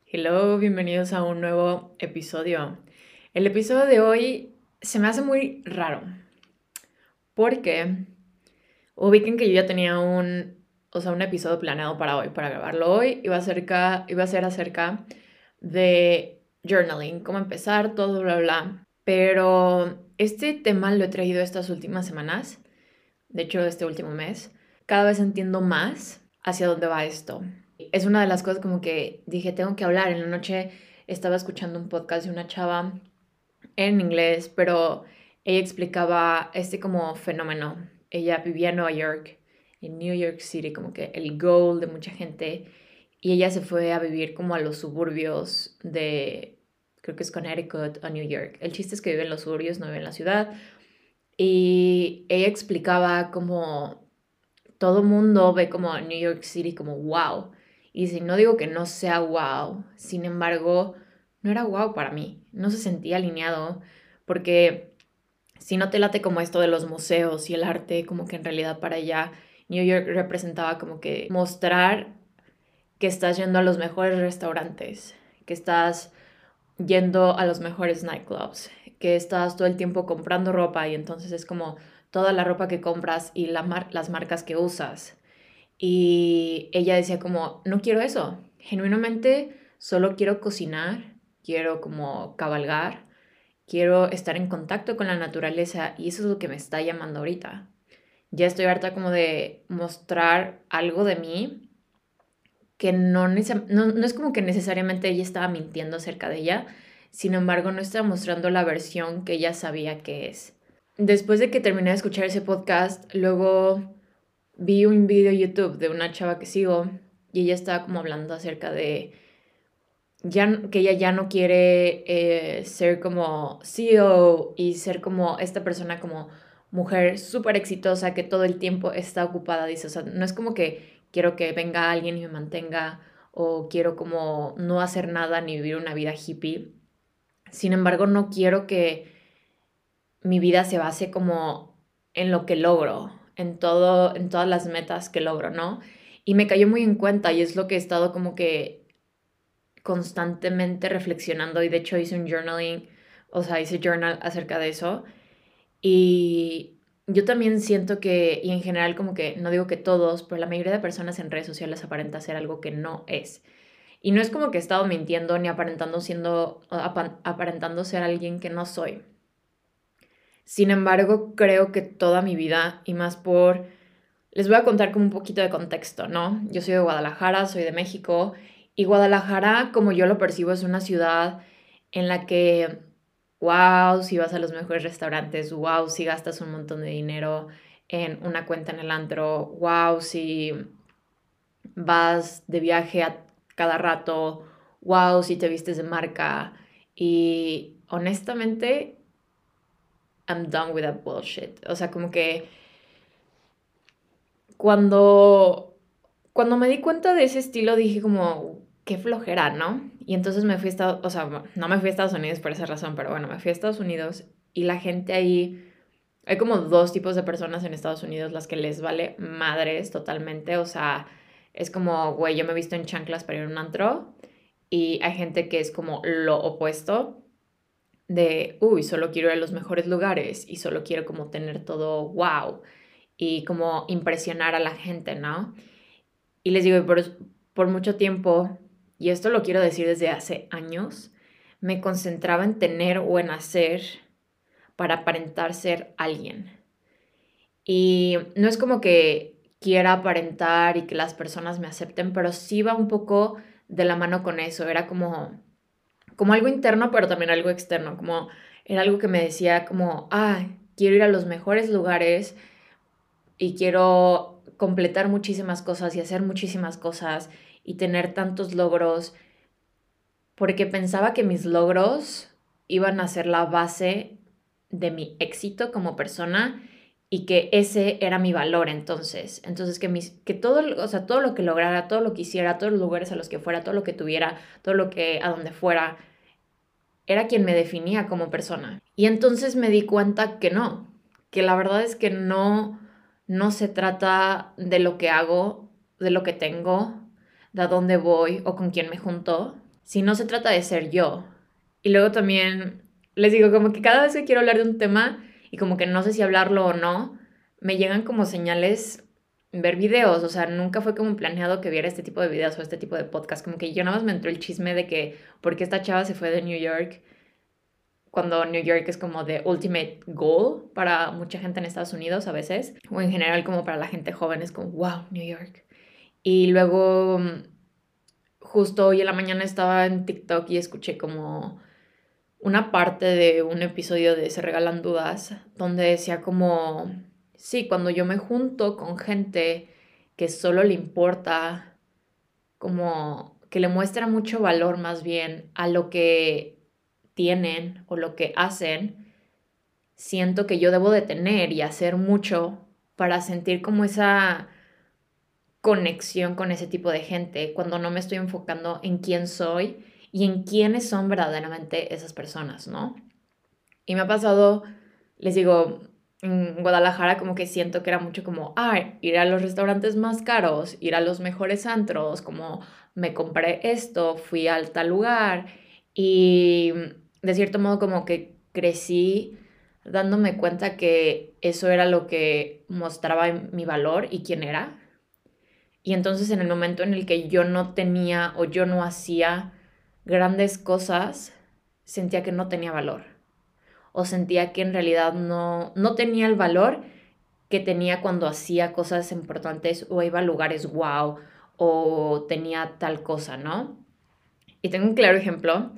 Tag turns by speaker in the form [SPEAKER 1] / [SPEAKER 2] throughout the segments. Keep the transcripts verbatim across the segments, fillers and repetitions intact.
[SPEAKER 1] Hello, bienvenidos a un nuevo episodio. El episodio de hoy se me hace muy raro porque ubiquen que yo ya tenía un, o sea, un episodio planeado para hoy, para grabarlo hoy. Iba acerca, iba a ser acerca de journaling, cómo empezar, todo, bla, bla. Pero este tema lo he traído estas últimas semanas, de hecho este último mes. Cada vez entiendo más hacia dónde va esto. Es una de las cosas como que dije, tengo que hablar. En la noche estaba escuchando un podcast de una chava en inglés, pero ella explicaba este como fenómeno. Ella vivía en Nueva York, en New York City, como que el goal de mucha gente, y ella se fue a vivir como a los suburbios de, creo que es Connecticut, a New York. El chiste es que vive en los suburbios, no vive en la ciudad, y ella explicaba como todo mundo ve como New York City como wow. Y si no digo que no sea wow, sin embargo, no era wow para mí. No se sentía alineado porque si no te late como esto de los museos y el arte, como que en realidad para ella New York representaba como que mostrar que estás yendo a los mejores restaurantes, que estás yendo a los mejores nightclubs, que estás todo el tiempo comprando ropa y entonces es como toda la ropa que compras y la mar las marcas que usas. Y ella decía como, no quiero eso, genuinamente solo quiero cocinar, quiero como cabalgar, quiero estar en contacto con la naturaleza y eso es lo que me está llamando ahorita. Ya estoy harta como de mostrar algo de mí que no, no, no es como que necesariamente ella estaba mintiendo acerca de ella, sin embargo no estaba mostrando la versión que ella sabía que es. Después de que terminé de escuchar ese podcast, luego vi un video de YouTube de una chava que sigo y ella estaba como hablando acerca de ya, que ella ya no quiere eh, ser como C E O y ser como esta persona como mujer súper exitosa que todo el tiempo está ocupada, dice, o sea, no es como que quiero que venga alguien y me mantenga o quiero como no hacer nada ni vivir una vida hippie. Sin embargo, no quiero que mi vida se base como en lo que logro, en todo, en todas las metas que logro, ¿no? Y me cayó muy en cuenta y es lo que he estado como que constantemente reflexionando y de hecho hice un journaling, o sea, hice journal acerca de eso y yo también siento que, y en general como que, no digo que todos, pero la mayoría de personas en redes sociales aparenta ser algo que no es. Y no es como que he estado mintiendo ni aparentando siendo, aparentando ser alguien que no soy. Sin embargo, creo que toda mi vida, y más por... Les voy a contar como un poquito de contexto, ¿no? Yo soy de Guadalajara, soy de México, y Guadalajara, como yo lo percibo, es una ciudad en la que, wow, si vas a los mejores restaurantes, wow, si gastas un montón de dinero en una cuenta en el antro, wow, si vas de viaje a cada rato, wow, si te vistes de marca. Y honestamente, I'm done with that bullshit. O sea, como que cuando, cuando me di cuenta de ese estilo dije como, qué flojera, ¿no? Y entonces me fui a Estados, o sea, no me fui a Estados Unidos por esa razón, pero bueno, me fui a Estados Unidos y la gente ahí, hay como dos tipos de personas en Estados Unidos, las que les vale madres totalmente, o sea, es como, güey, yo me he visto en chanclas para ir a un antro y hay gente que es como lo opuesto de, uy, solo quiero ir a los mejores lugares y solo quiero como tener todo wow y como impresionar a la gente, ¿no? Y les digo, por, por mucho tiempo, y esto lo quiero decir desde hace años, me concentraba en tener o en hacer para aparentar ser alguien. Y no es como que quiera aparentar y que las personas me acepten, pero sí va un poco de la mano con eso. Era como, como algo interno, pero también algo externo. Como era algo que me decía como, ah, quiero ir a los mejores lugares y quiero completar muchísimas cosas y hacer muchísimas cosas y tener tantos logros, porque pensaba que mis logros iban a ser la base de mi éxito como persona y que ese era mi valor entonces. Entonces que, mis, que todo, o sea, todo lo que lograra, todo lo que hiciera, todos los lugares a los que fuera, todo lo que tuviera, todo lo que a donde fuera, era quien me definía como persona. Y entonces me di cuenta que no, que la verdad es que no, no se trata de lo que hago, de lo que tengo, de a dónde voy o con quién me junto, si no se trata de ser yo? Y luego también les digo, como que cada vez que quiero hablar de un tema y como que no sé si hablarlo o no, me llegan como señales ver videos, o sea, nunca fue como planeado que viera este tipo de videos o este tipo de podcast, como que yo nada más me entró el chisme de que por qué esta chava se fue de New York cuando New York es como the ultimate goal para mucha gente en Estados Unidos a veces, o en general como para la gente joven es como, wow, New York. Y luego, justo hoy en la mañana estaba en TikTok y escuché como una parte de un episodio de Se Regalan Dudas, donde decía como, sí, cuando yo me junto con gente que solo le importa, como que le muestra mucho valor más bien a lo que tienen o lo que hacen, siento que yo debo de tener y hacer mucho para sentir como esa conexión con ese tipo de gente cuando no me estoy enfocando en quién soy y en quiénes son verdaderamente esas personas, ¿no? Y me ha pasado, les digo, en Guadalajara como que siento que era mucho como, ah, ir a los restaurantes más caros, ir a los mejores antros, como me compré esto, fui al tal lugar y de cierto modo como que crecí dándome cuenta que eso era lo que mostraba mi valor y quién era. Y entonces en el momento en el que yo no tenía o yo no hacía grandes cosas, sentía que no tenía valor. O sentía que en realidad no, no tenía el valor que tenía cuando hacía cosas importantes o iba a lugares wow o tenía tal cosa, ¿no? Y tengo un claro ejemplo.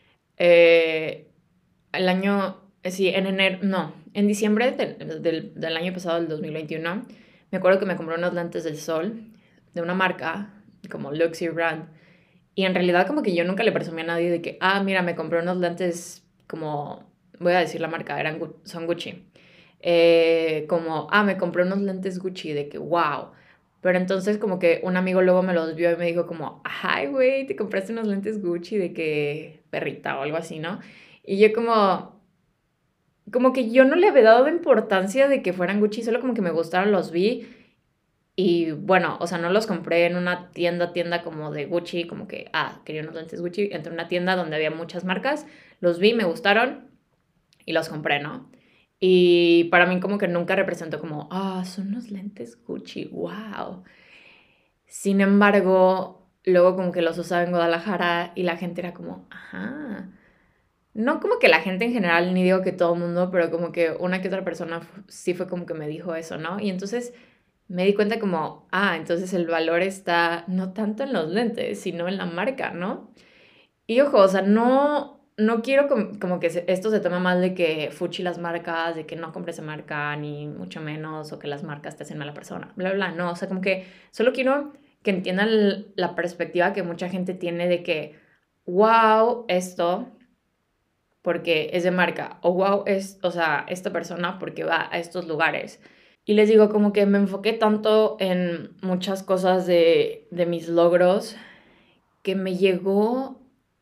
[SPEAKER 1] Eh, el año, sí, en enero, no, en diciembre de- del, del año pasado, del dos mil veintiuno, me acuerdo que me compré unos lentes del sol de una marca como Luxury Brand. Y en realidad como que yo nunca le presumí a nadie de que, ah, mira, me compré unos lentes como, voy a decir la marca, eran, son Gucci. Eh, como, ah, me compré unos lentes Gucci, de que, wow. Pero entonces como que un amigo luego me los vio y me dijo como, ay, güey, te compraste unos lentes Gucci de que perrita o algo así, ¿no? Y yo como, como que yo no le había dado importancia de que fueran Gucci, solo como que me gustaron, los vi y bueno, o sea, no los compré en una tienda, tienda como de Gucci, como que, ah, quería unos lentes Gucci. Entré en una tienda donde había muchas marcas, los vi, me gustaron y los compré, ¿no? Y para mí como que nunca representó como, ah, son unos lentes Gucci, wow. Sin embargo, luego como que los usaba en Guadalajara y la gente era como, ajá. No como que la gente en general, ni digo que todo el mundo, pero como que una que otra persona sí fue como que me dijo eso, ¿no? Y entonces me di cuenta como, ah, entonces el valor está no tanto en los lentes, sino en la marca, ¿no? Y ojo, o sea, no, no quiero com- como que se- esto se toma mal de que fuchi las marcas, de que no compres esa marca, ni mucho menos, o que las marcas te hacen mala persona, bla, bla, bla, no, o sea, como que solo quiero que entiendan l- la perspectiva que mucha gente tiene de que, wow, esto porque es de marca, o wow, es, o sea, esta persona porque va a estos lugares. Y les digo, como que me enfoqué tanto en muchas cosas de, de mis logros que me llegó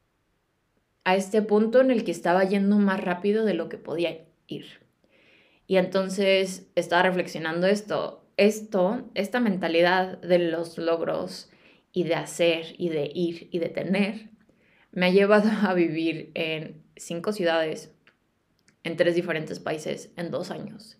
[SPEAKER 1] a este punto en el que estaba yendo más rápido de lo que podía ir. Y entonces estaba reflexionando esto, esto, esta mentalidad de los logros y de hacer y de ir y de tener, me ha llevado a vivir en cinco ciudades, en tres diferentes países, en dos años.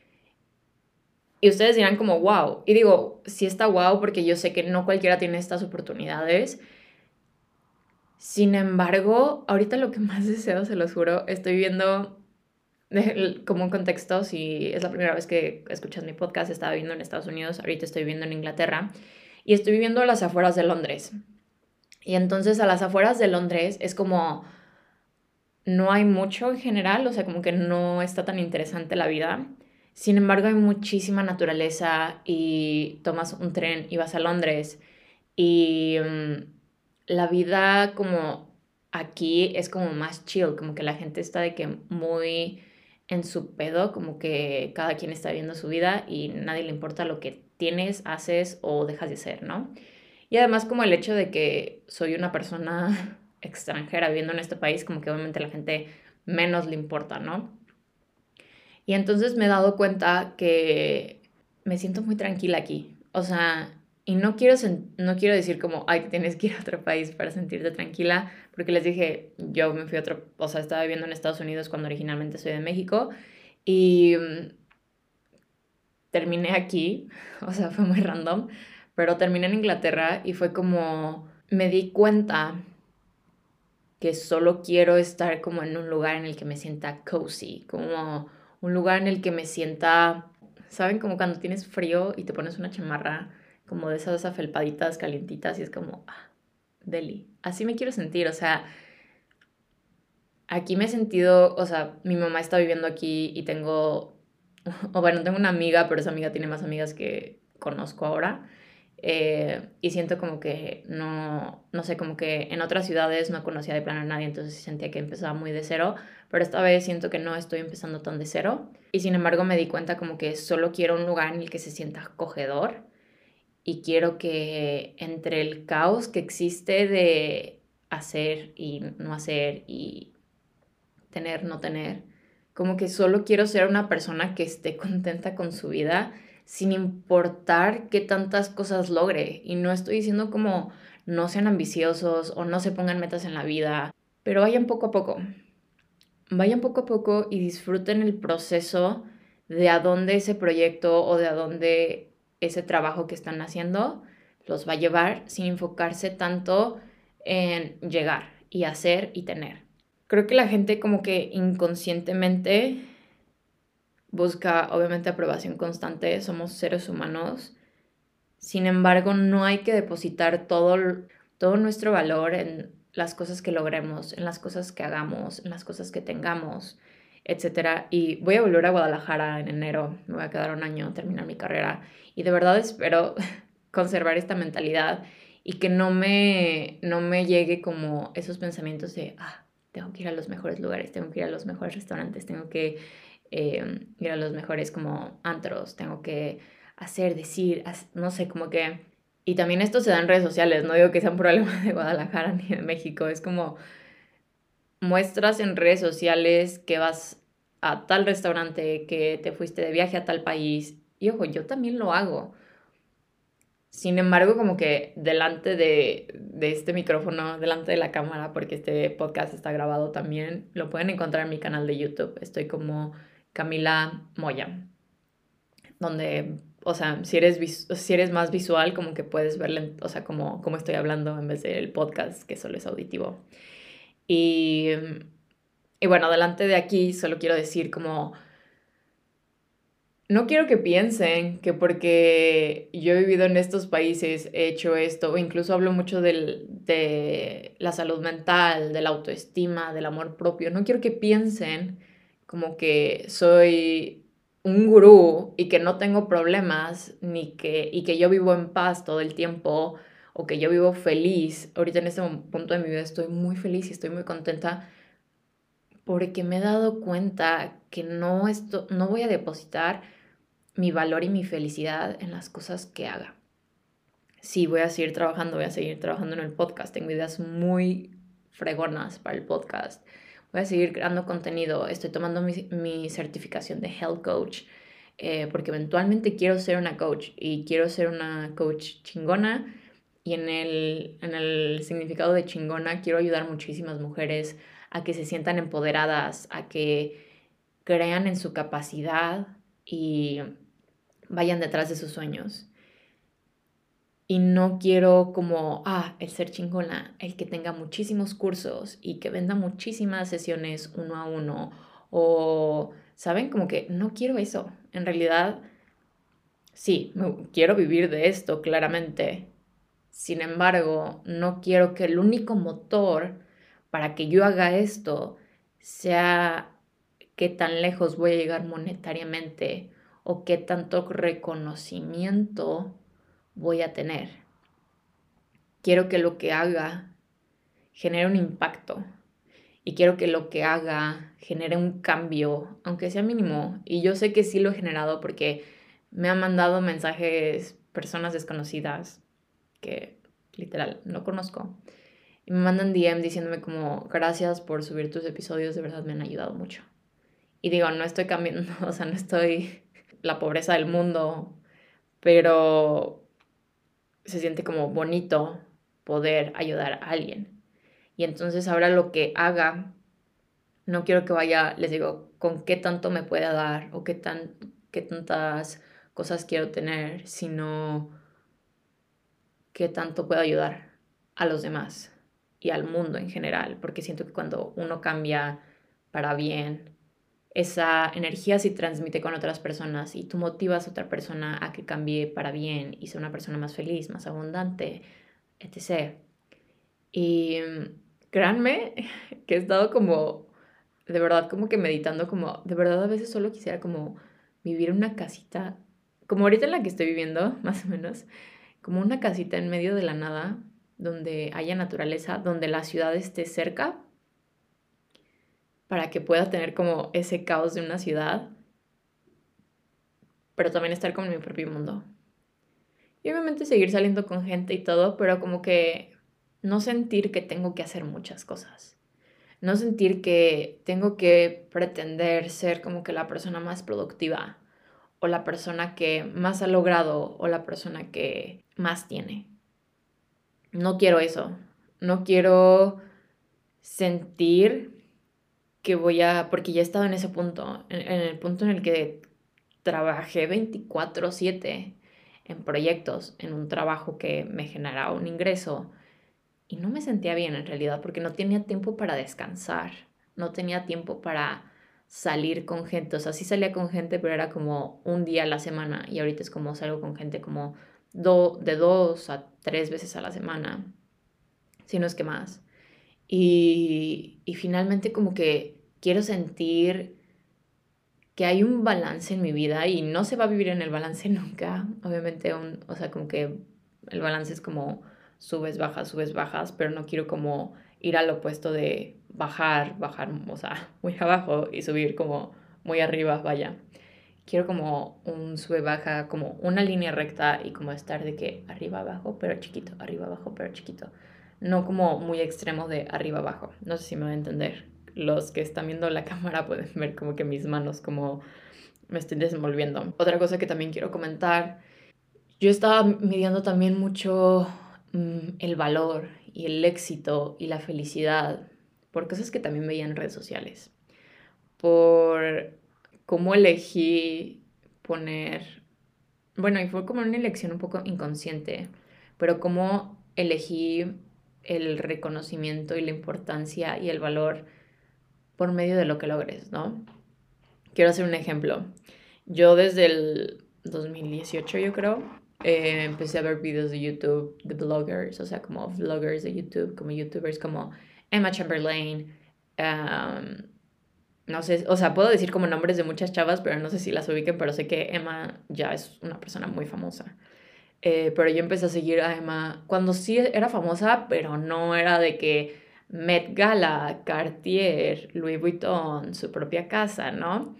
[SPEAKER 1] Y ustedes dirán como, wow. Y digo, sí está wow porque yo sé que no cualquiera tiene estas oportunidades. Sin embargo, ahorita lo que más deseo, se los juro, estoy viviendo como un contexto, si es la primera vez que escuchas mi podcast, estaba viviendo en Estados Unidos, ahorita estoy viviendo en Inglaterra y estoy viviendo a las afueras de Londres. Y entonces a las afueras de Londres es como, no hay mucho en general, o sea, como que no está tan interesante la vida. Sin embargo, hay muchísima naturaleza y tomas un tren y vas a Londres y um, la vida como aquí es como más chill, como que la gente está de que muy en su pedo, como que cada quien está viviendo su vida y nadie le importa lo que tienes, haces o dejas de hacer, ¿no? Y además como el hecho de que soy una persona extranjera viviendo en este país, como que obviamente a la gente menos le importa, ¿no? Y entonces me he dado cuenta que me siento muy tranquila aquí. O sea, Y no quiero, no quiero decir como, ay, tienes que ir a otro país para sentirte tranquila, porque les dije, yo me fui a otro, o sea, estaba viviendo en Estados Unidos cuando originalmente soy de México y um, terminé aquí, o sea, fue muy random, pero terminé en Inglaterra y fue como, me di cuenta que solo quiero estar como en un lugar en el que me sienta cozy, como un lugar en el que me sienta, ¿saben? Como cuando tienes frío y te pones una chamarra, como de esas afelpaditas calientitas y es como, ah, deli. Así me quiero sentir, o sea, aquí me he sentido, o sea, mi mamá está viviendo aquí y tengo, o bueno, tengo una amiga, pero esa amiga tiene más amigas que conozco ahora. Eh, y siento como que no, no sé, como que en otras ciudades no conocía de plano a nadie, entonces sentía que empezaba muy de cero, pero esta vez siento que no estoy empezando tan de cero. Y sin embargo me di cuenta como que solo quiero un lugar en el que se sienta acogedor y quiero que entre el caos que existe de hacer y no hacer y tener, no tener. Como que solo quiero ser una persona que esté contenta con su vida sin importar qué tantas cosas logre. Y no estoy diciendo como no sean ambiciosos o no se pongan metas en la vida, pero vayan poco a poco. Vayan poco a poco y disfruten el proceso de a dónde ese proyecto o de a dónde ese trabajo que están haciendo los va a llevar sin enfocarse tanto en llegar y hacer y tener. Creo que la gente como que inconscientemente busca obviamente aprobación constante, somos seres humanos, sin embargo no hay que depositar todo, todo nuestro valor en las cosas que logremos, en las cosas que hagamos, en las cosas que tengamos, etcétera. Y voy a volver a Guadalajara en enero, me voy a quedar un año, terminar mi carrera y de verdad espero conservar esta mentalidad y que no me, no me llegue como esos pensamientos de, ah, tengo que ir a los mejores lugares, tengo que ir a los mejores restaurantes, tengo que eh, ir a los mejores como antros, tengo que hacer, decir, no sé, como que... Y también esto se da en redes sociales, no digo que sea un problema de Guadalajara ni de México, es como muestras en redes sociales que vas a tal restaurante, que te fuiste de viaje a tal país, y ojo, yo también lo hago. Sin embargo, como que delante de, de este micrófono, delante de la cámara, porque este podcast está grabado también, lo pueden encontrar en mi canal de YouTube. Estoy como Camila Moya, donde, o sea, si eres, si eres más visual, como que puedes verle, o sea, como, como estoy hablando en vez del podcast, que solo es auditivo. Y, y bueno, delante de aquí solo quiero decir como no quiero que piensen que porque yo he vivido en estos países, he hecho esto, o incluso hablo mucho del, de la salud mental, de la autoestima, del amor propio. No quiero que piensen como que soy un gurú y que no tengo problemas, ni que, y que yo vivo en paz todo el tiempo, o que yo vivo feliz. Ahorita en este punto de mi vida estoy muy feliz y estoy muy contenta porque me he dado cuenta que no, esto, no voy a depositar mi valor y mi felicidad en las cosas que haga. Sí, voy a seguir trabajando, voy a seguir trabajando en el podcast. Tengo ideas muy fregonas para el podcast. Voy a seguir creando contenido. Estoy tomando mi, mi certificación de Health Coach eh, porque eventualmente quiero ser una coach y quiero ser una coach chingona. Y en el, en el significado de chingona quiero ayudar muchísimas mujeres a que se sientan empoderadas, a que crean en su capacidad y vayan detrás de sus sueños. Y no quiero como, ah, el ser chingona, el que tenga muchísimos cursos y que venda muchísimas sesiones uno a uno. O, ¿saben? Como que no quiero eso. En realidad, sí, me, quiero vivir de esto, claramente. Sin embargo, no quiero que el único motor para que yo haga esto sea qué tan lejos voy a llegar monetariamente o qué tanto reconocimiento voy a tener. Quiero que lo que haga genere un impacto y quiero que lo que haga genere un cambio, aunque sea mínimo. Y yo sé que sí lo he generado porque me han mandado mensajes personas desconocidas que literal no conozco. Y me mandan D M diciéndome como gracias por subir tus episodios, de verdad me han ayudado mucho. Y digo, no estoy cambiando, o sea, no estoy la pobreza del mundo, pero se siente como bonito poder ayudar a alguien. Y entonces ahora lo que haga, no quiero que vaya, les digo, con qué tanto me pueda dar o qué, tan, qué tantas cosas quiero tener, sino qué tanto puedo ayudar a los demás y al mundo en general, porque siento que cuando uno cambia para bien, esa energía se transmite con otras personas y tú motivas a otra persona a que cambie para bien y sea una persona más feliz, más abundante, etcétera. Y créanme que he estado como, de verdad, como que meditando, como, de verdad a veces solo quisiera como vivir en una casita, como ahorita en la que estoy viviendo, más o menos, como una casita en medio de la nada, donde haya naturaleza, donde la ciudad esté cerca, para que pueda tener como ese caos de una ciudad, pero también estar como en mi propio mundo. Y obviamente seguir saliendo con gente y todo, pero como que no sentir que tengo que hacer muchas cosas. No sentir que tengo que pretender ser como que la persona más productiva o la persona que más ha logrado o la persona que más tiene. No quiero eso. No quiero sentir que voy a, porque ya he estado en ese punto, en, en el punto en el que trabajé veinticuatro siete en proyectos, en un trabajo que me generaba un ingreso y no me sentía bien en realidad porque no tenía tiempo para descansar, no tenía tiempo para salir con gente, o sea, sí salía con gente, pero era como un día a la semana y ahorita es como salgo con gente como do, de dos a tres veces a la semana, si no es que más. Y, y finalmente como que quiero sentir que hay un balance en mi vida y no se va a vivir en el balance nunca. Obviamente, un, o sea, como que el balance es como subes, bajas, subes, bajas, pero no quiero como ir al opuesto de bajar, bajar, o sea, muy abajo y subir como muy arriba, vaya. Quiero como un sube, baja, como una línea recta y como estar de que arriba, abajo, pero chiquito, arriba, abajo, pero chiquito. No como muy extremo de arriba, abajo. No sé si me va a entender. Los que están viendo la cámara pueden ver como que mis manos como me estoy desenvolviendo. Otra cosa que también quiero comentar, yo estaba midiendo también mucho mmm, el valor y el éxito y la felicidad por cosas que también veía en redes sociales, por cómo elegí poner, bueno, y fue como una elección un poco inconsciente, pero cómo elegí el reconocimiento y la importancia y el valor por medio de lo que logres, ¿no? Quiero hacer un ejemplo. Yo desde el dos mil dieciocho, yo creo, eh, empecé a ver videos de YouTube de bloggers, o sea, como vloggers de YouTube, como YouTubers como Emma Chamberlain. Um, no sé, o sea, puedo decir como nombres de muchas chavas, pero no sé si las ubiquen, pero sé que Emma ya es una persona muy famosa. Eh, pero yo empecé a seguir a Emma cuando sí era famosa, pero no era de que Met Gala, Cartier, Louis Vuitton, su propia casa, ¿no?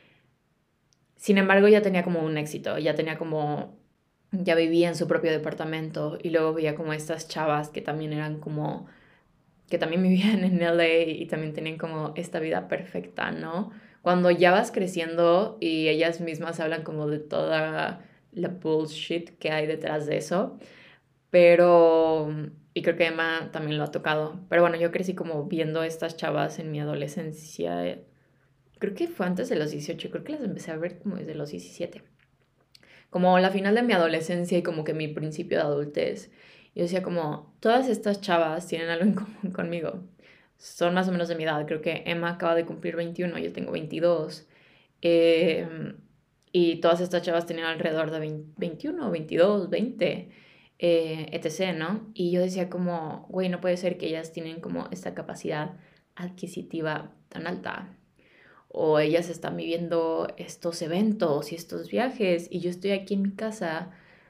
[SPEAKER 1] Sin embargo, ya tenía como un éxito, ya tenía como, ya vivía en su propio departamento y luego veía como estas chavas que también eran como, que también vivían en L A y también tenían como esta vida perfecta, ¿no? Cuando ya vas creciendo y ellas mismas hablan como de toda la bullshit que hay detrás de eso, pero, y creo que Emma también lo ha tocado, pero bueno, yo crecí como viendo a estas chavas en mi adolescencia, creo que fue antes de los dieciocho, creo que las empecé a ver como desde los diecisiete, como la final de mi adolescencia y como que mi principio de adultez. Yo decía como, todas estas chavas tienen algo en común conmigo. Son más o menos de mi edad. Creo que Emma acaba de cumplir veintiuno, yo tengo veintidós. Eh, y todas estas chavas tenían alrededor de veinte, veintiuno, veintidós, veinte, eh, etcétera, ¿no? Y yo decía como, güey, no puede ser que ellas tienen como esta capacidad adquisitiva tan alta o ellas están viviendo estos eventos y estos viajes y yo estoy aquí en mi casa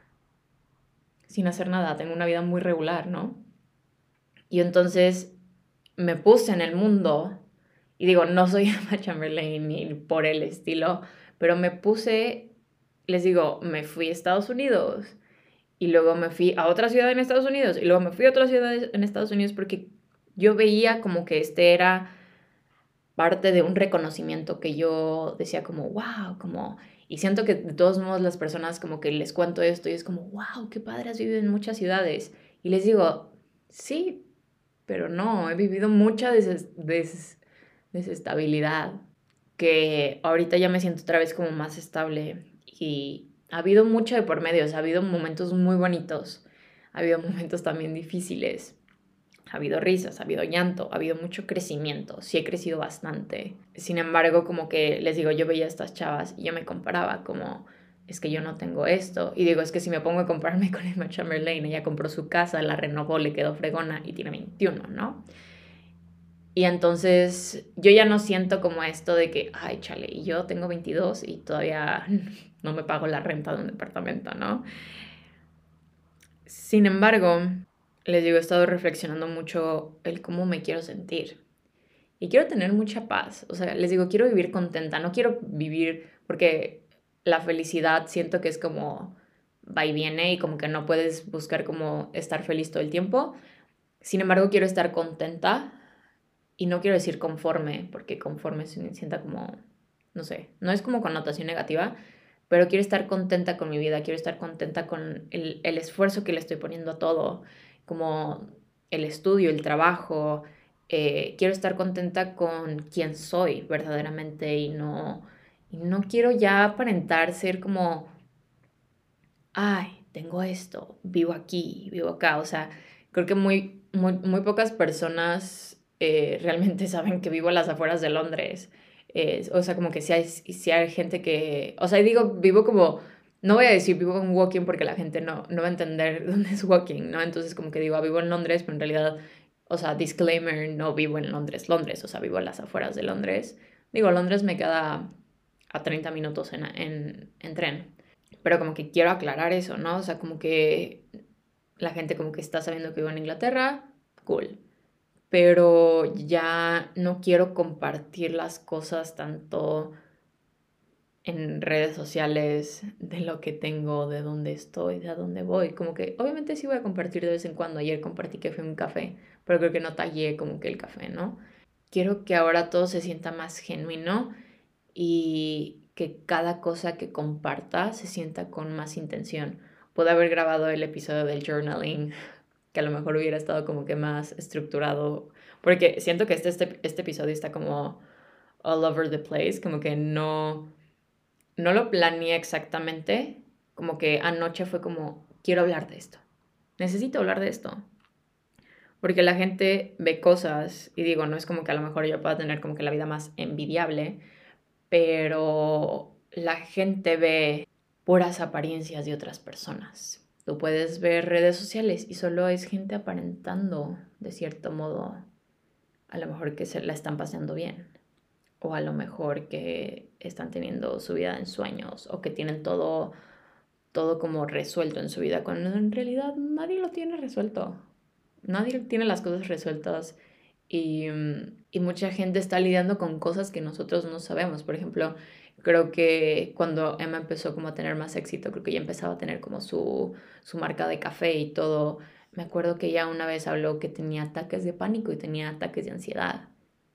[SPEAKER 1] sin hacer nada, tengo una vida muy regular, ¿no? Y entonces me puse en el mundo y digo, no soy Emma Chamberlain ni por el estilo, pero me puse, les digo, me fui a Estados Unidos y luego me fui a otra ciudad en Estados Unidos y luego me fui a otra ciudad en Estados Unidos porque yo veía como que este era parte de un reconocimiento que yo decía como, wow, como, Y siento que de todos modos las personas como que les cuento esto y es como, wow, qué padre, has vivido en muchas ciudades. Y les digo, sí, pero no, he vivido mucha des des desestabilidad, que ahorita ya me siento otra vez como más estable y ha habido mucho de por medio, o sea, ha habido momentos muy bonitos, ha habido momentos también difíciles, ha habido risas, ha habido llanto, ha habido mucho crecimiento, sí he crecido bastante. Sin embargo, como que les digo, yo veía a estas chavas y yo me comparaba como, es que yo no tengo esto. Y digo, es que si me pongo a compararme con Emma Chamberlain, ella compró su casa, la renovó, le quedó fregona y tiene veintiuno, ¿no? Y entonces yo ya no siento como esto de que, ay, chale, y yo tengo veintidós y todavía no me pago la renta de un departamento, ¿no? Sin embargo, les digo, he estado reflexionando mucho el cómo me quiero sentir. Y quiero tener mucha paz. O sea, les digo, quiero vivir contenta. No quiero vivir porque la felicidad siento que es como va y viene y como que no puedes buscar como estar feliz todo el tiempo. Sin embargo, quiero estar contenta y no quiero decir conforme, porque conforme se sienta como, no sé, no es como connotación negativa, pero quiero estar contenta con mi vida, quiero estar contenta con el, el esfuerzo que le estoy poniendo a todo, como el estudio, el trabajo, eh, quiero estar contenta con quien soy verdaderamente y no, y no quiero ya aparentar ser como, ay, tengo esto, vivo aquí, vivo acá, o sea, creo que muy, muy, muy pocas personas eh, realmente saben que vivo a las afueras de Londres. Eh, o sea, como que si hay, si hay gente que, o sea, digo, vivo como, no voy a decir vivo en Woking porque la gente no, no va a entender dónde es Woking, ¿no? Entonces como que digo, ah, vivo en Londres, pero en realidad, o sea, disclaimer, no vivo en Londres, Londres, o sea, vivo a las afueras de Londres. Digo, Londres me queda a treinta minutos en, en, en tren. Pero como que quiero aclarar eso, ¿no? O sea, como que la gente como que está sabiendo que vivo en Inglaterra, cool. Pero ya no quiero compartir las cosas tanto en redes sociales de lo que tengo, de dónde estoy, de a dónde voy. Como que obviamente sí voy a compartir de vez en cuando. Ayer compartí que fui a un café, pero creo que no tallé como que el café, ¿no? Quiero que ahora todo se sienta más genuino y que cada cosa que comparta se sienta con más intención. Puedo haber grabado el episodio del journaling, que a lo mejor hubiera estado como que más estructurado, porque siento que este, este, este episodio está como all over the place, como que no, no lo planeé exactamente, como que anoche fue como, quiero hablar de esto, necesito hablar de esto. Porque la gente ve cosas y digo, no es como que a lo mejor yo pueda tener como que la vida más envidiable, pero la gente ve puras apariencias de otras personas. Tú puedes ver redes sociales y solo es gente aparentando, de cierto modo, a lo mejor que se la están pasando bien, o a lo mejor que están teniendo su vida en sueños, o que tienen todo, todo como resuelto en su vida, cuando en realidad nadie lo tiene resuelto. Nadie tiene las cosas resueltas y, y mucha gente está lidiando con cosas que nosotros no sabemos. Por ejemplo, creo que cuando Emma empezó como a tener más éxito, creo que ya empezaba a tener como su, su marca de café y todo. Me acuerdo que ella una vez habló que tenía ataques de pánico y tenía ataques de ansiedad.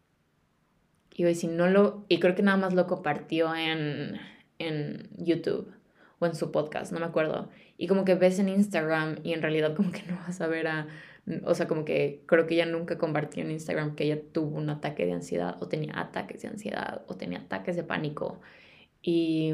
[SPEAKER 1] Y, si no lo, y creo que nada más lo compartió en, en YouTube o en su podcast, no me acuerdo. Y como que ves en Instagram y en realidad como que no vas a ver a... O sea, como que creo que ella nunca compartió en Instagram que ella tuvo un ataque de ansiedad o tenía ataques de ansiedad o tenía ataques de pánico. Y,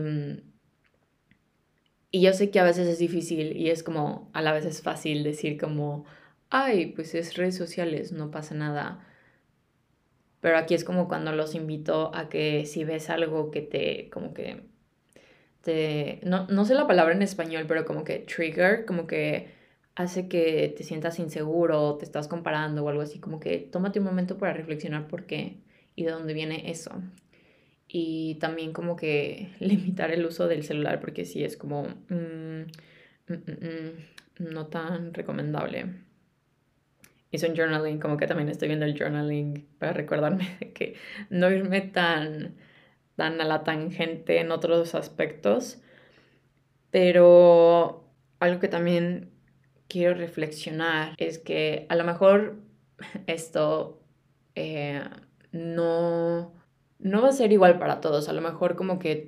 [SPEAKER 1] y yo sé que a veces es difícil y es como, a la vez es fácil decir como, ay, pues es redes sociales, no pasa nada. Pero aquí es como cuando los invito a que si ves algo que te, como que, te, no, no sé la palabra en español, pero como que trigger, como que hace que te sientas inseguro, te estás comparando o algo así, como que tómate un momento para reflexionar por qué y de dónde viene eso. Y también como que limitar el uso del celular, porque sí es como mm, mm, mm, mm, no tan recomendable. Hice un journaling, como que también estoy viendo el journaling para recordarme de que no irme tan, tan a la tangente en otros aspectos, pero algo que también quiero reflexionar es que a lo mejor esto eh, no, no va a ser igual para todos, a lo mejor como que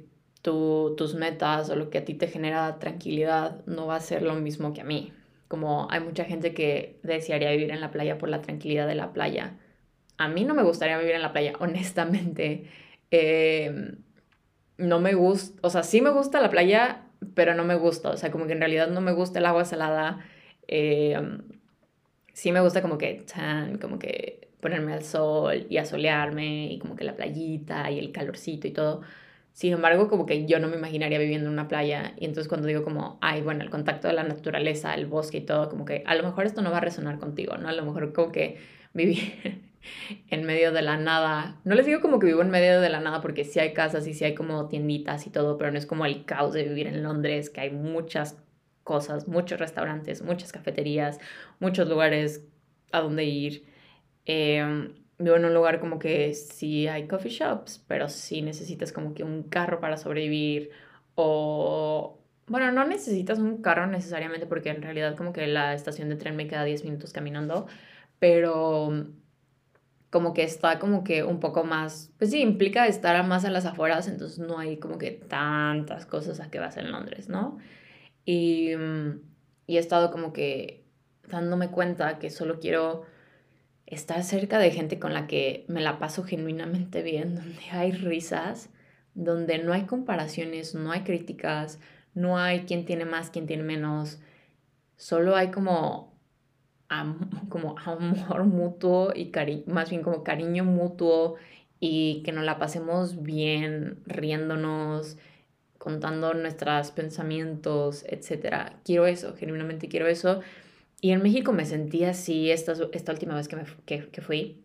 [SPEAKER 1] tu, tus metas o lo que a ti te genera tranquilidad no va a ser lo mismo que a mí. Como hay mucha gente que desearía vivir en la playa por la tranquilidad de la playa. A mí no me gustaría vivir en la playa, honestamente. Eh, no me gusta, o sea, sí me gusta la playa, pero no me gusta. O sea, como que en realidad no me gusta el agua salada. Eh, sí me gusta como que tan, como que ponerme al sol y asolearme y como que la playita y el calorcito y todo. Sin embargo, como que yo no me imaginaría viviendo en una playa. Y entonces cuando digo como, ay, bueno, el contacto de la naturaleza, el bosque y todo, como que a lo mejor esto no va a resonar contigo, ¿no? A lo mejor como que vivir en medio de la nada. No les digo como que vivo en medio de la nada porque sí hay casas y sí hay como tienditas y todo, pero no es como el caos de vivir en Londres, que hay muchas cosas, muchos restaurantes, muchas cafeterías, muchos lugares a donde ir. Eh, vivo en un lugar como que sí hay coffee shops, pero sí necesitas como que un carro para sobrevivir o... Bueno, no necesitas un carro necesariamente porque en realidad como que la estación de tren me queda diez minutos caminando, pero como que está como que un poco más, pues sí, implica estar más a las afueras, entonces no hay como que tantas cosas a que vas en Londres, ¿no? Y, mm, y he estado como que dándome cuenta que solo quiero estar cerca de gente con la que me la paso genuinamente bien, donde hay risas, donde no hay comparaciones, no hay críticas, no hay quién tiene más, quién tiene menos, solo hay como, am- como amor mutuo y cari más bien como cariño mutuo y que nos la pasemos bien, riéndonos, contando nuestros pensamientos, etcétera. Quiero eso, genuinamente quiero eso. Y en México me sentí así esta, esta última vez que, me, que, que fui.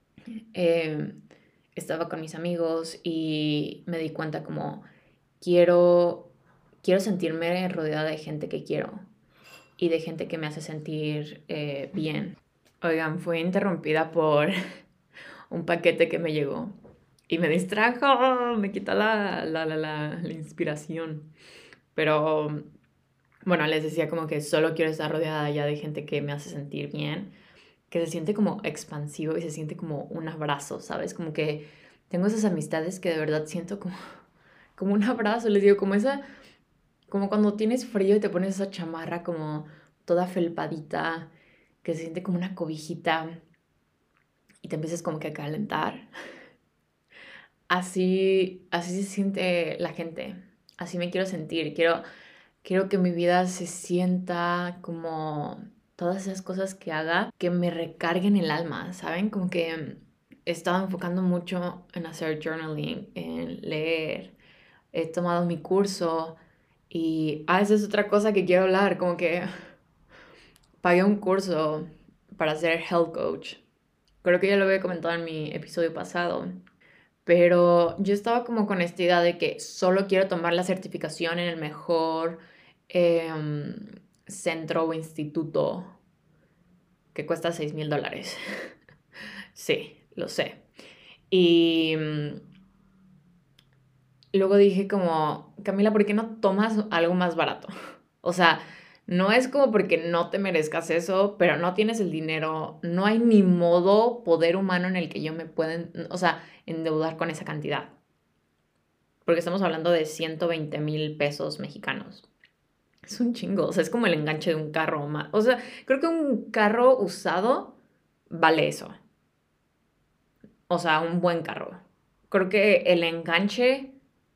[SPEAKER 1] Eh, estaba con mis amigos y me di cuenta como quiero, quiero sentirme rodeada de gente que quiero y de gente que me hace sentir eh, bien. Oigan, fue interrumpida por un paquete que me llegó y me distrajo, me quitó la, la, la, la, la inspiración. Pero bueno, les decía como que solo quiero estar rodeada ya de gente que me hace sentir bien, que se siente como expansivo y se siente como un abrazo, ¿sabes? Como que tengo esas amistades que de verdad siento como, como un abrazo, les digo, como esa, como cuando tienes frío y te pones esa chamarra como toda felpadita, que se siente como una cobijita y te empiezas como que a calentar. Así, así se siente la gente, así me quiero sentir, quiero, quiero que mi vida se sienta como todas esas cosas que haga que me recarguen el alma, ¿saben? Como que he estado enfocando mucho en hacer journaling, en leer, he tomado mi curso y, ah, esa es otra cosa que quiero hablar, como que pagué un curso para ser health coach. Creo que ya lo había comentado en mi episodio pasado. Pero yo estaba como con esta idea de que solo quiero tomar la certificación en el mejor em, centro o instituto que cuesta seis mil dólares. Sí, lo sé. Y mm, luego dije como, Camila, ¿por qué no tomas algo más barato? O sea, no es como porque no te merezcas eso, pero no tienes el dinero, no hay ni modo, poder humano en el que yo me pueda, o sea, endeudar con esa cantidad. Porque estamos hablando de ciento veinte mil pesos mexicanos. Es un chingo, o sea, es como el enganche de un carro más. O sea, creo que un carro usado vale eso. O sea, un buen carro. Creo que el enganche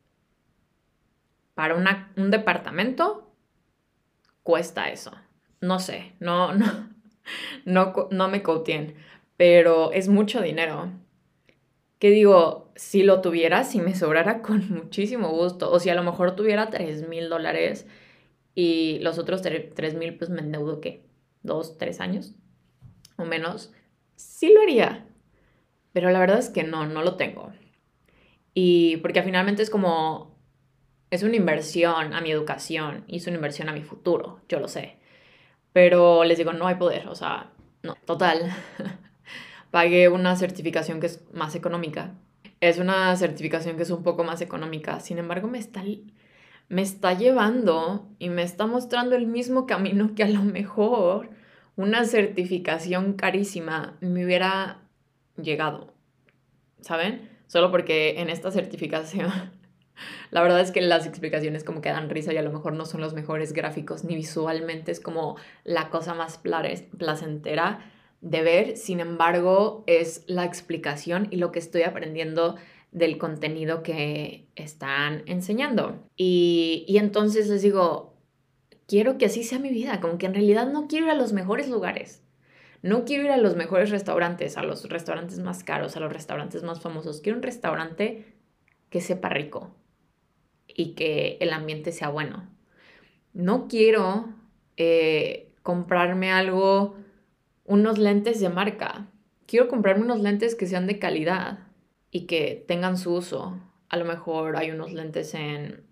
[SPEAKER 1] para una, un departamento cuesta eso. No sé, no, no, no, no me coteen, pero es mucho dinero. Que digo, si lo tuviera, si me sobrara con muchísimo gusto, o si a lo mejor tuviera tres mil dólares y los otros tres mil, pues me endeudo, ¿qué? ¿Dos, tres años? O menos. Sí lo haría, pero la verdad es que no, no lo tengo. Y porque finalmente es como, es una inversión a mi educación y es una inversión a mi futuro, yo lo sé. Pero les digo, no hay poder, o sea, no, total. Pagué una certificación que es más económica. Es una certificación que es un poco más económica, sin embargo me está me está llevando y me está mostrando el mismo camino que a lo mejor una certificación carísima me hubiera llegado, ¿saben? Solo porque en esta certificación La verdad es que las explicaciones como que dan risa y a lo mejor no son los mejores gráficos ni visualmente es como la cosa más placentera de ver. Sin embargo, es la explicación y lo que estoy aprendiendo del contenido que están enseñando. Y, y entonces les digo, quiero que así sea mi vida, como que en realidad no quiero ir a los mejores lugares. No quiero ir a los mejores restaurantes, a los restaurantes más caros, a los restaurantes más famosos. Quiero un restaurante que sepa rico y que el ambiente sea bueno. No quiero eh, comprarme algo, unos lentes de marca. Quiero comprarme unos lentes que sean de calidad y que tengan su uso. A lo mejor hay unos lentes en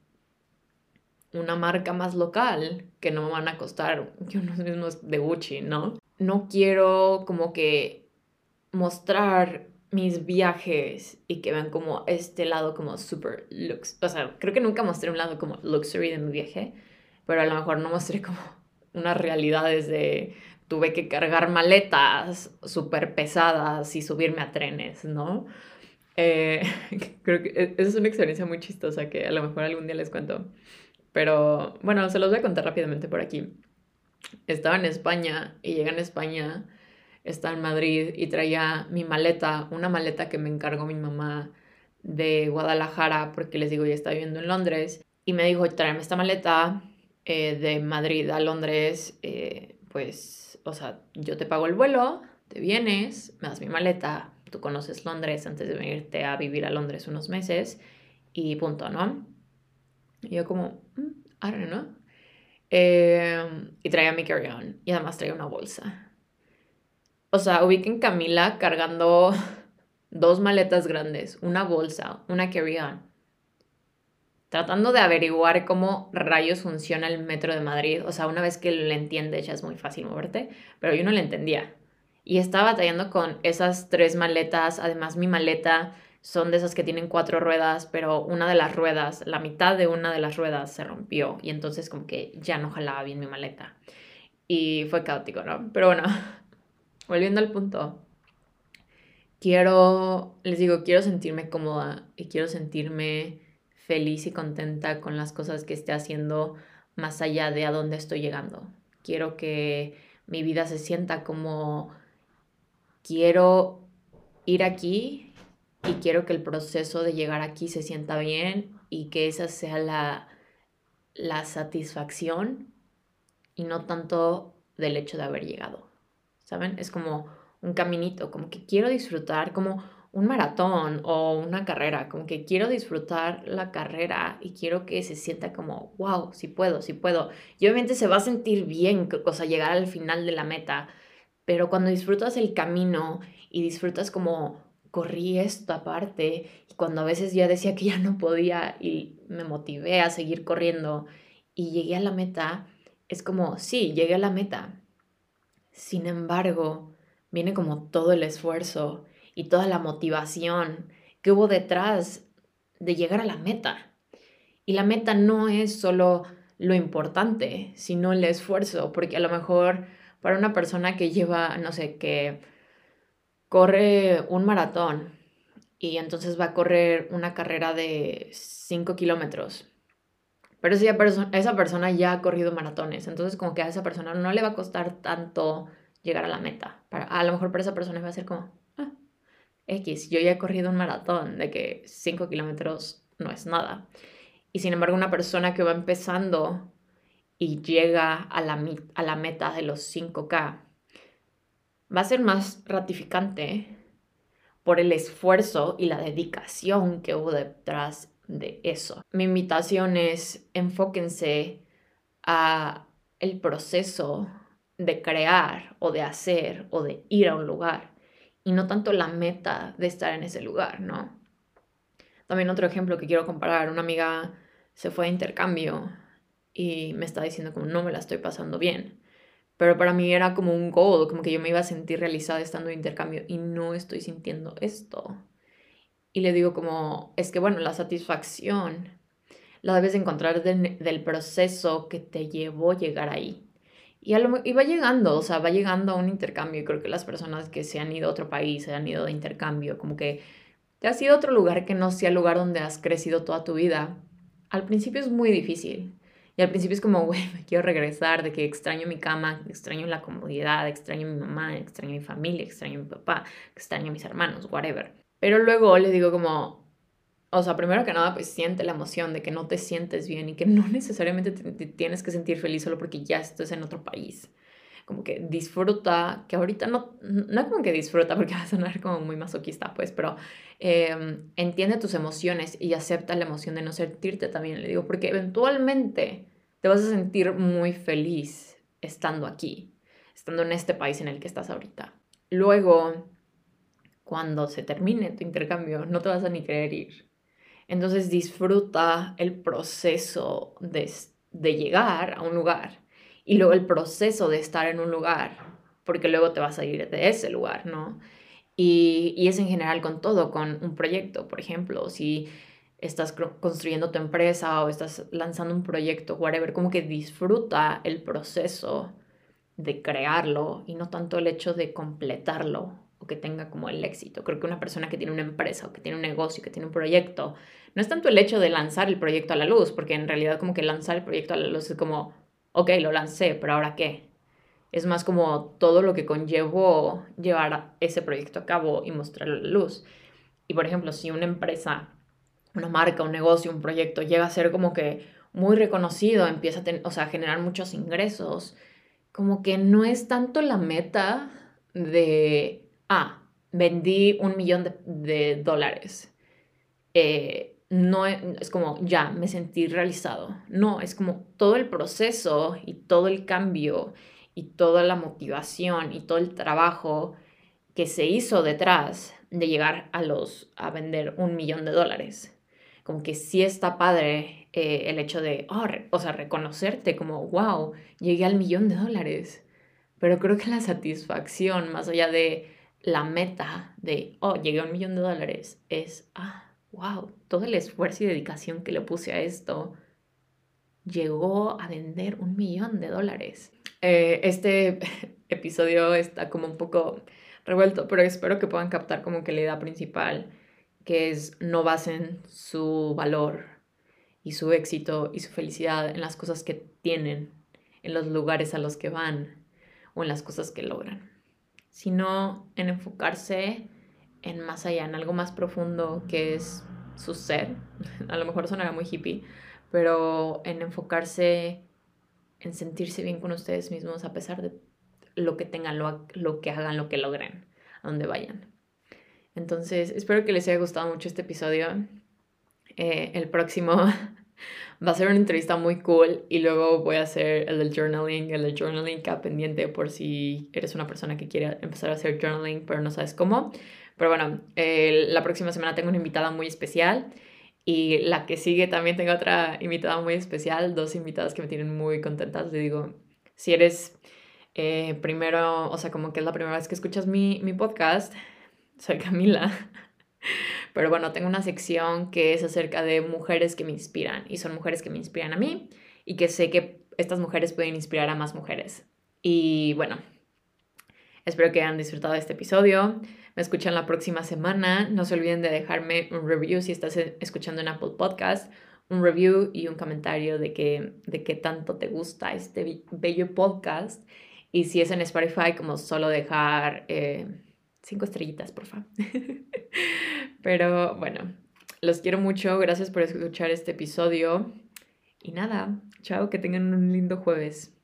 [SPEAKER 1] una marca más local que no me van a costar que unos mismos de Gucci, ¿no? No quiero como que mostrar mis viajes y que vean como este lado como super lux. O sea, creo que nunca mostré un lado como luxury de mi viaje, pero a lo mejor no mostré como unas realidades de tuve que cargar maletas súper pesadas y subirme a trenes, ¿no? Eh, creo que esa es una experiencia muy chistosa que a lo mejor algún día les cuento. Pero bueno, se los voy a contar rápidamente por aquí. Estaba en España y llegué en España, estaba en Madrid y traía mi maleta, una maleta que me encargó mi mamá de Guadalajara, porque les digo, ya estaba viviendo en Londres, y me dijo, tráeme esta maleta eh, de Madrid a Londres, eh, pues, o sea, yo te pago el vuelo, te vienes, me das mi maleta, tú conoces Londres antes de venirte a vivir a Londres unos meses, y punto, ¿no? Y yo como, mm, I don't know. Eh, y traía mi carry-on. Y además traía una bolsa. O sea, ubiquen Camila cargando dos maletas grandes, una bolsa, una carry-on. Tratando de averiguar cómo rayos funciona el metro de Madrid. O sea, una vez que le entiendes ya es muy fácil moverte. Pero yo no le entendía. Y estaba batallando con esas tres maletas. Además, mi maleta son de esas que tienen cuatro ruedas, pero una de las ruedas, la mitad de una de las ruedas se rompió. Y entonces como que ya no jalaba bien mi maleta. Y fue caótico, ¿no? Pero bueno, volviendo al punto. Quiero, les digo, quiero sentirme cómoda y quiero sentirme feliz y contenta con las cosas que esté haciendo más allá de a dónde estoy llegando. Quiero que mi vida se sienta como quiero ir aquí y quiero que el proceso de llegar aquí se sienta bien y que esa sea la, la satisfacción y no tanto del hecho de haber llegado, ¿saben? Es como un caminito, como que quiero disfrutar, como un maratón o una carrera, como que quiero disfrutar la carrera y quiero que se sienta como, wow, sí puedo, sí puedo. Y obviamente se va a sentir bien, o sea, llegar al final de la meta, pero cuando disfrutas el camino y disfrutas como corrí esta parte y cuando a veces ya decía que ya no podía y me motivé a seguir corriendo y llegué a la meta, es como, sí, llegué a la meta. Sin embargo, viene como todo el esfuerzo y toda la motivación que hubo detrás de llegar a la meta. Y la meta no es solo lo importante, sino el esfuerzo, porque a lo mejor para una persona que lleva, no sé, que corre un maratón y entonces va a correr una carrera de cinco kilómetros. Pero esa, perso esa persona ya ha corrido maratones, entonces como que a esa persona no le va a costar tanto llegar a la meta. Para, a lo mejor para esa persona va a ser como, ah, X, yo ya he corrido un maratón, de que cinco kilómetros no es nada. Y sin embargo una persona que va empezando y llega a la, a la meta de los cinco K, va a ser más gratificante por el esfuerzo y la dedicación que hubo detrás de eso. Mi invitación es enfóquense a el proceso de crear o de hacer o de ir a un lugar y no tanto la meta de estar en ese lugar, ¿no? También otro ejemplo que quiero comparar, una amiga se fue a intercambio y me está diciendo como no me la estoy pasando bien. Pero para mí era como un goal, como que yo me iba a sentir realizada estando en intercambio y no estoy sintiendo esto. Y le digo como, es que bueno, la satisfacción la debes de encontrar de, del proceso que te llevó a llegar ahí. Y, a lo, y va llegando, o sea, va llegando a un intercambio. Y creo que las personas que se han ido a otro país, se han ido de intercambio, como que te has ido a otro lugar que no sea el lugar donde has crecido toda tu vida, al principio es muy difícil. Y al principio es como, güey, me quiero regresar, de que extraño mi cama, extraño la comodidad, extraño a mi mamá, extraño a mi familia, extraño a mi papá, extraño a mis hermanos, whatever. Pero luego le digo como, o sea, primero que nada, pues siente la emoción de que no te sientes bien y que no necesariamente te, te tienes que sentir feliz solo porque ya estás en otro país. Como que disfruta, que ahorita no, no como que disfruta porque va a sonar como muy masoquista, pues, pero eh, entiende tus emociones y acepta la emoción de no sentirte también, le digo, porque eventualmente te vas a sentir muy feliz estando aquí, estando en este país en el que estás ahorita. Luego, cuando se termine tu intercambio, no te vas a ni querer ir. Entonces disfruta el proceso de, de llegar a un lugar y luego el proceso de estar en un lugar, porque luego te vas a ir de ese lugar, ¿no? Y, y es en general con todo, con un proyecto, por ejemplo, si estás construyendo tu empresa o estás lanzando un proyecto, whatever, como que disfruta el proceso de crearlo y no tanto el hecho de completarlo o que tenga como el éxito. Creo que una persona que tiene una empresa o que tiene un negocio, que tiene un proyecto, no es tanto el hecho de lanzar el proyecto a la luz, porque en realidad como que lanzar el proyecto a la luz es como, ok, lo lancé, pero ¿ahora qué? Es más como todo lo que conllevó llevar ese proyecto a cabo y mostrarlo a la luz. Y por ejemplo, si una empresa, una marca, un negocio, un proyecto llega a ser como que muy reconocido, empieza a, ten, o sea, a generar muchos ingresos, como que no es tanto la meta de, ah, vendí un millón de, de dólares. Eh, no es, es como, ya, me sentí realizado. No, es como todo el proceso y todo el cambio y toda la motivación y todo el trabajo que se hizo detrás de llegar a los a vender un millón de dólares. Como que sí está padre eh, el hecho de, oh, re, o sea, reconocerte como, wow, llegué al millón de dólares. Pero creo que la satisfacción, más allá de la meta de, oh, llegué a un millón de dólares, es, ah, wow, todo el esfuerzo y dedicación que le puse a esto llegó a vender un millón de dólares. Eh, este episodio está como un poco revuelto, pero espero que puedan captar como que la idea principal, que es no basen su valor y su éxito y su felicidad en las cosas que tienen, en los lugares a los que van o en las cosas que logran, sino en enfocarse en más allá, en algo más profundo que es su ser. A lo mejor sonará muy hippie, pero en enfocarse en sentirse bien con ustedes mismos a pesar de lo que tengan, lo, lo que hagan, lo que logren, a donde vayan. Entonces, espero que les haya gustado mucho este episodio. Eh, el próximo va a ser una entrevista muy cool y luego voy a hacer el del journaling. El del journaling queda pendiente por si eres una persona que quiere empezar a hacer journaling pero no sabes cómo. Pero bueno, eh, la próxima semana tengo una invitada muy especial y la que sigue también tengo otra invitada muy especial, dos invitadas que me tienen muy contentas. Le digo, si eres eh, primero, o sea, como que es la primera vez que escuchas mi, mi podcast, soy Camila. Pero bueno, tengo una sección que es acerca de mujeres que me inspiran y son mujeres que me inspiran a mí y que sé que estas mujeres pueden inspirar a más mujeres. Y bueno, espero que hayan disfrutado de este episodio. Me escuchan la próxima semana. No se olviden de dejarme un review si estás escuchando en Apple Podcast, un review y un comentario de que, de qué tanto te gusta este bello podcast. Y si es en Spotify, como solo dejar eh, cinco estrellitas, por favor. Pero bueno, los quiero mucho. Gracias por escuchar este episodio. Y nada, chao, que tengan un lindo jueves.